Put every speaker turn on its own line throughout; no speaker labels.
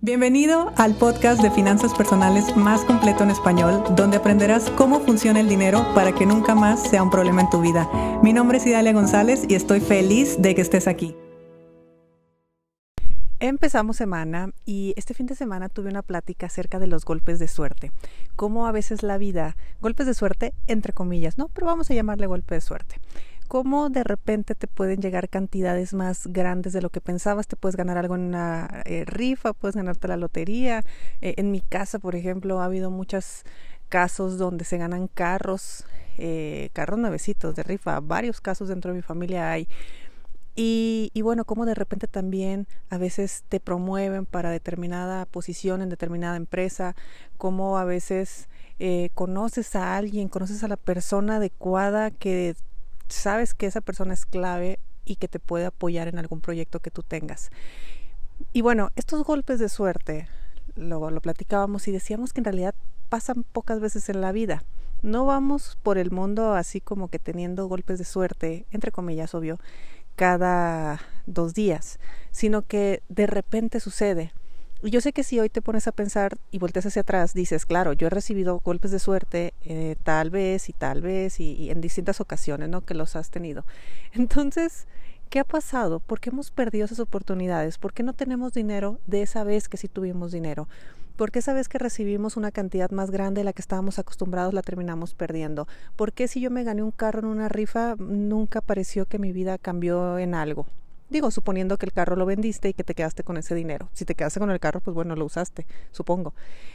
Bienvenido al podcast de finanzas personales más completo en español, donde aprenderás cómo funciona el dinero para que nunca más sea un problema en tu vida. Mi nombre es Idalia González y estoy feliz de que estés aquí. Empezamos semana y este fin de semana tuve una plática acerca de los golpes de suerte. Cómo a veces la vida, golpes de suerte entre comillas, ¿no? Pero vamos a llamarle golpe de suerte. Cómo de repente te pueden llegar cantidades más grandes de lo que pensabas, te puedes ganar algo en una rifa, puedes ganarte la lotería. En mi casa, por ejemplo, ha habido muchos casos donde se ganan carros nuevecitos de rifa, varios casos dentro de mi familia hay. Y bueno, como de repente también a veces te promueven para determinada posición en determinada empresa, como a veces conoces a alguien, conoces a la persona adecuada que sabes que esa persona es clave y que te puede apoyar en algún proyecto que tú tengas. Y bueno, estos golpes de suerte, lo platicábamos y decíamos que en realidad pasan pocas veces en la vida. No vamos por el mundo así como que teniendo golpes de suerte, entre comillas, obvio, cada 2 días, sino que de repente sucede. Y yo sé que si hoy te pones a pensar y volteas hacia atrás, dices, claro, yo he recibido golpes de suerte tal vez y en distintas ocasiones, ¿no? Que los has tenido. Entonces, ¿qué ha pasado? ¿Por qué hemos perdido esas oportunidades? ¿Por qué no tenemos dinero de esa vez que sí tuvimos dinero? ¿Por qué esa vez que recibimos una cantidad más grande de la que estábamos acostumbrados la terminamos perdiendo? ¿Por qué si yo me gané un carro en una rifa nunca pareció que mi vida cambió en algo? Digo, suponiendo que el carro lo vendiste y que te quedaste con ese dinero. Si te quedaste con el carro, pues bueno, lo usaste, supongo.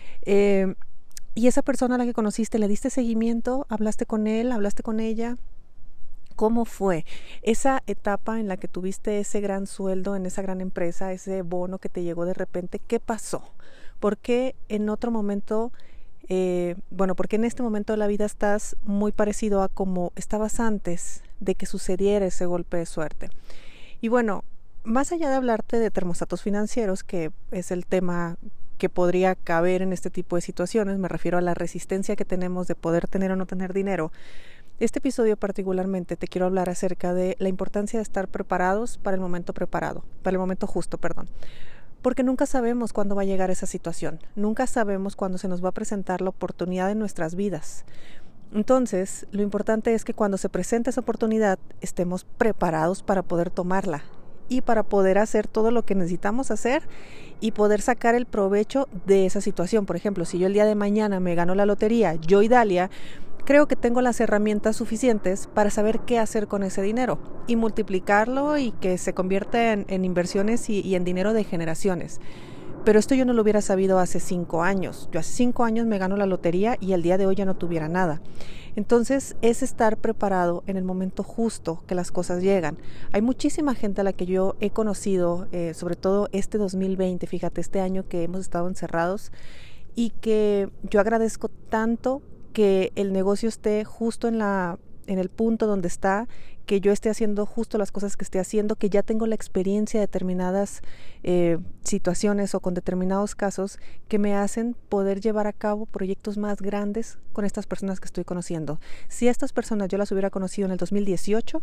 Y esa persona a la que conociste, ¿le diste seguimiento? ¿Hablaste con él? ¿Hablaste con ella? ¿Cómo fue esa etapa en la que tuviste ese gran sueldo en esa gran empresa, ese bono que te llegó de repente? ¿Qué pasó? ¿Por qué en otro momento, porque en este momento de la vida estás muy parecido a como estabas antes de que sucediera ese golpe de suerte? Y bueno, más allá de hablarte de termostatos financieros, que es el tema que podría caber en este tipo de situaciones, me refiero a la resistencia que tenemos de poder tener o no tener dinero. Este episodio particularmente te quiero hablar acerca de la importancia de estar preparados para el momento justo. Porque nunca sabemos cuándo va a llegar esa situación, nunca sabemos cuándo se nos va a presentar la oportunidad en nuestras vidas. Entonces, lo importante es que cuando se presente esa oportunidad estemos preparados para poder tomarla y para poder hacer todo lo que necesitamos hacer y poder sacar el provecho de esa situación. Por ejemplo, si yo el día de mañana me gano la lotería, yo, Idalia, creo que tengo las herramientas suficientes para saber qué hacer con ese dinero y multiplicarlo y que se convierta en inversiones y en dinero de generaciones. Pero esto yo no lo hubiera sabido hace 5 años. Yo hace 5 años me gano la lotería y el día de hoy ya no tuviera nada. Entonces es estar preparado en el momento justo que las cosas llegan. Hay muchísima gente a la que yo he conocido, sobre todo este 2020, fíjate, este año que hemos estado encerrados y que yo agradezco tanto que el negocio esté justo en el punto donde está, que yo esté haciendo justo las cosas que esté haciendo, que ya tengo la experiencia de determinadas situaciones o con determinados casos que me hacen poder llevar a cabo proyectos más grandes con estas personas que estoy conociendo. Si a estas personas yo las hubiera conocido en el 2018,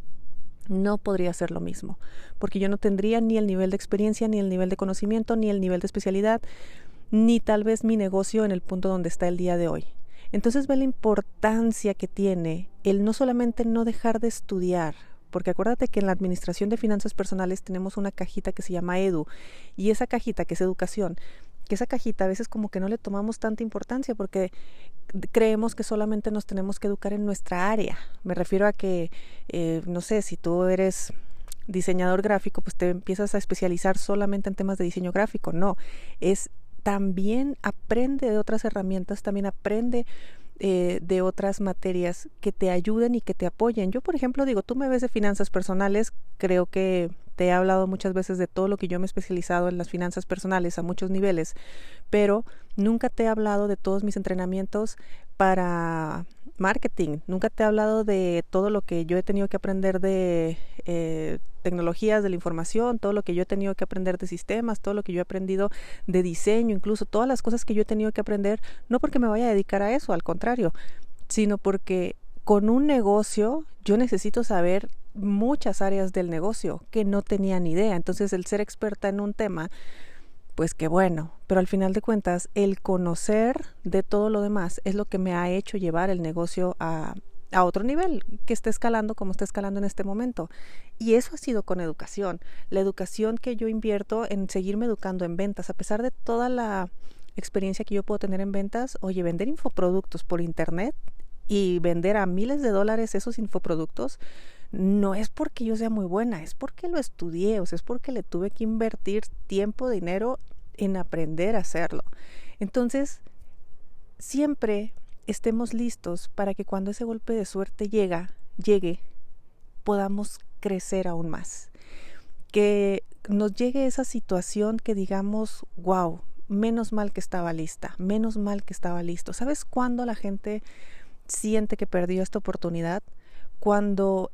no podría ser lo mismo, porque yo no tendría ni el nivel de experiencia, ni el nivel de conocimiento, ni el nivel de especialidad, ni tal vez mi negocio en el punto donde está el día de hoy. Entonces ve la importancia que tiene el no solamente no dejar de estudiar, porque acuérdate que en la administración de finanzas personales tenemos una cajita que se llama EDU, y esa cajita que es educación, que esa cajita a veces como que no le tomamos tanta importancia porque creemos que solamente nos tenemos que educar en nuestra área. Me refiero a que, no sé, si tú eres diseñador gráfico, pues te empiezas a especializar solamente en temas de diseño gráfico. No, también aprende de otras herramientas, también aprende de otras materias que te ayuden y que te apoyen. Yo, por ejemplo, digo, tú me ves de finanzas personales, creo que te he hablado muchas veces de todo lo que yo me he especializado en las finanzas personales a muchos niveles, pero nunca te he hablado de todos mis entrenamientos para marketing, nunca te he hablado de todo lo que yo he tenido que aprender de tecnologías de la información, todo lo que yo he tenido que aprender de sistemas, todo lo que yo he aprendido de diseño, incluso todas las cosas que yo he tenido que aprender, no porque me vaya a dedicar a eso, al contrario, sino porque con un negocio yo necesito saber muchas áreas del negocio que no tenía ni idea. Entonces el ser experta en un tema pues qué bueno. Pero al final de cuentas, el conocer de todo lo demás es lo que me ha hecho llevar el negocio a otro nivel, que esté escalando como está escalando en este momento. Y eso ha sido con educación. La educación que yo invierto en seguirme educando en ventas, a pesar de toda la experiencia que yo puedo tener en ventas, oye, vender infoproductos por internet y vender a miles de dólares esos infoproductos, no es porque yo sea muy buena, es porque lo estudié, o sea, es porque le tuve que invertir tiempo, dinero en aprender a hacerlo. Entonces, siempre estemos listos para que cuando ese golpe de suerte llegue, podamos crecer aún más. Que nos llegue esa situación que digamos, wow, menos mal que estaba lista, menos mal que estaba listo. ¿Sabes cuándo la gente siente que perdió esta oportunidad? Cuando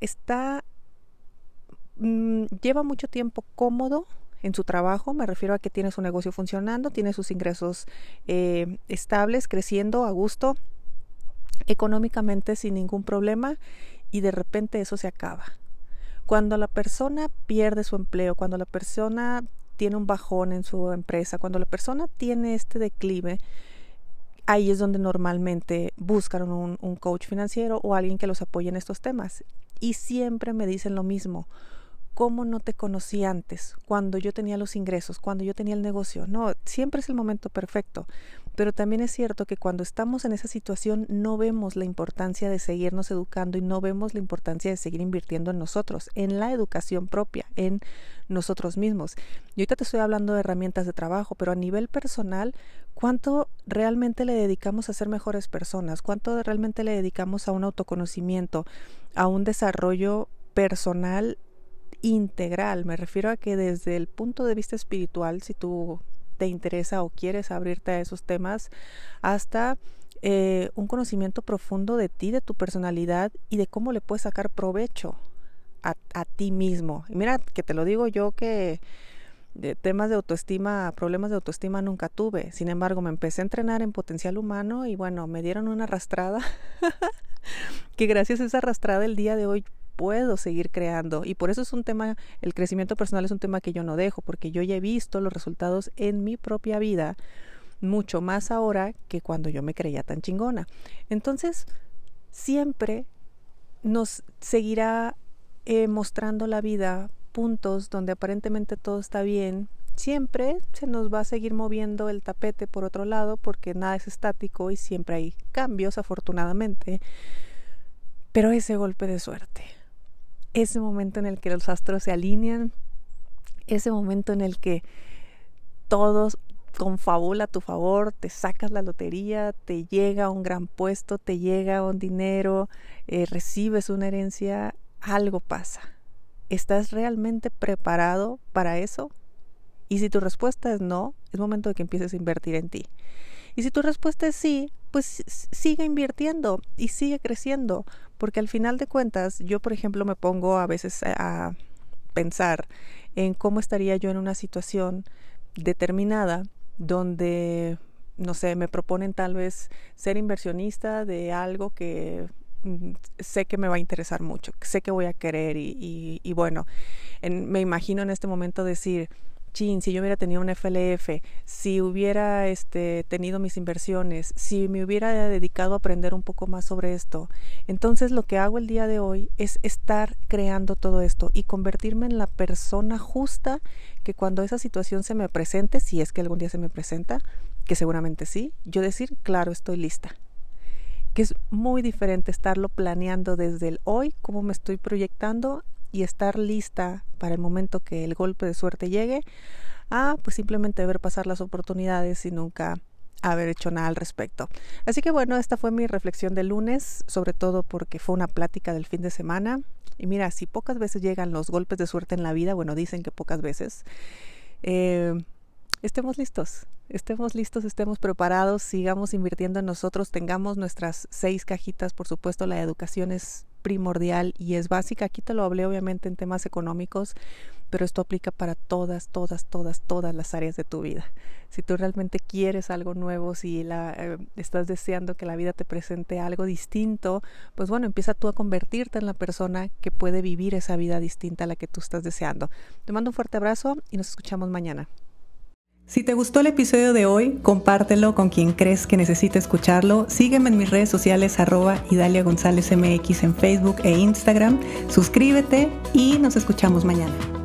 lleva mucho tiempo cómodo en su trabajo, me refiero a que tiene su negocio funcionando, tiene sus ingresos estables, creciendo a gusto, económicamente sin ningún problema, y de repente eso se acaba. Cuando la persona pierde su empleo, cuando la persona tiene un bajón en su empresa, cuando la persona tiene este declive, ahí es donde normalmente buscan un coach financiero o alguien que los apoye en estos temas. Y siempre me dicen lo mismo: ¿cómo no te conocí antes? Cuando yo tenía los ingresos, cuando yo tenía el negocio. No, siempre es el momento perfecto. Pero también es cierto que cuando estamos en esa situación no vemos la importancia de seguirnos educando y no vemos la importancia de seguir invirtiendo en nosotros, en la educación propia, en nosotros mismos. Y ahorita te estoy hablando de herramientas de trabajo, pero a nivel personal, ¿cuánto realmente le dedicamos a ser mejores personas? ¿Cuánto realmente le dedicamos a un autoconocimiento, a un desarrollo personal integral? Me refiero a que desde el punto de vista espiritual, si tú te interesa o quieres abrirte a esos temas, hasta un conocimiento profundo de ti, de tu personalidad y de cómo le puedes sacar provecho a ti mismo. Y mira, que te lo digo yo, que de temas de autoestima, problemas de autoestima nunca tuve. Sin embargo, me empecé a entrenar en potencial humano y bueno, me dieron una arrastrada que gracias a esa arrastrada el día de hoy puedo seguir creando. Y por eso es un tema, el crecimiento personal es un tema que yo no dejo, porque yo ya he visto los resultados en mi propia vida, mucho más ahora que cuando yo me creía tan chingona. Entonces, siempre nos seguirá mostrando la vida puntos donde aparentemente todo está bien. Siempre se nos va a seguir moviendo el tapete por otro lado, porque nada es estático y siempre hay cambios, afortunadamente. Pero ese golpe de suerte, ese momento en el que los astros se alinean, ese momento en el que todo confabula a tu favor, te sacas la lotería, te llega un gran puesto, te llega un dinero, recibes una herencia, algo pasa. ¿Estás realmente preparado para eso? Y si tu respuesta es no, es momento de que empieces a invertir en ti. Y si tu respuesta es sí, pues sigue invirtiendo y sigue creciendo, porque al final de cuentas, yo por ejemplo me pongo a veces a pensar en cómo estaría yo en una situación determinada donde, no sé, me proponen tal vez ser inversionista de algo que sé que me va a interesar mucho, sé que voy a querer y bueno, me imagino en este momento decir, chin, si yo hubiera tenido un FLF, si hubiera tenido mis inversiones, si me hubiera dedicado a aprender un poco más sobre esto. Entonces lo que hago el día de hoy es estar creando todo esto y convertirme en la persona justa que cuando esa situación se me presente, si es que algún día se me presenta, que seguramente sí, yo decir, claro, estoy lista. Que es muy diferente estarlo planeando desde el hoy, cómo me estoy proyectando, y estar lista para el momento que el golpe de suerte llegue, a pues simplemente ver pasar las oportunidades y nunca haber hecho nada al respecto. Así que bueno, esta fue mi reflexión del lunes, sobre todo porque fue una plática del fin de semana. Y mira, si pocas veces llegan los golpes de suerte en la vida, bueno, dicen que pocas veces, estemos listos, estemos preparados, sigamos invirtiendo en nosotros, tengamos nuestras 6 cajitas, por supuesto la educación es primordial y es básica. Aquí te lo hablé obviamente en temas económicos, pero esto aplica para todas las áreas de tu vida. Si tú realmente quieres algo nuevo, si estás deseando que la vida te presente algo distinto, pues bueno, empieza tú a convertirte en la persona que puede vivir esa vida distinta a la que tú estás deseando. Te mando un fuerte abrazo y nos escuchamos mañana. Si te gustó el episodio de hoy, compártelo con quien crees que necesite escucharlo. Sígueme en mis redes sociales @Idalia González MX en Facebook e Instagram. Suscríbete y nos escuchamos mañana.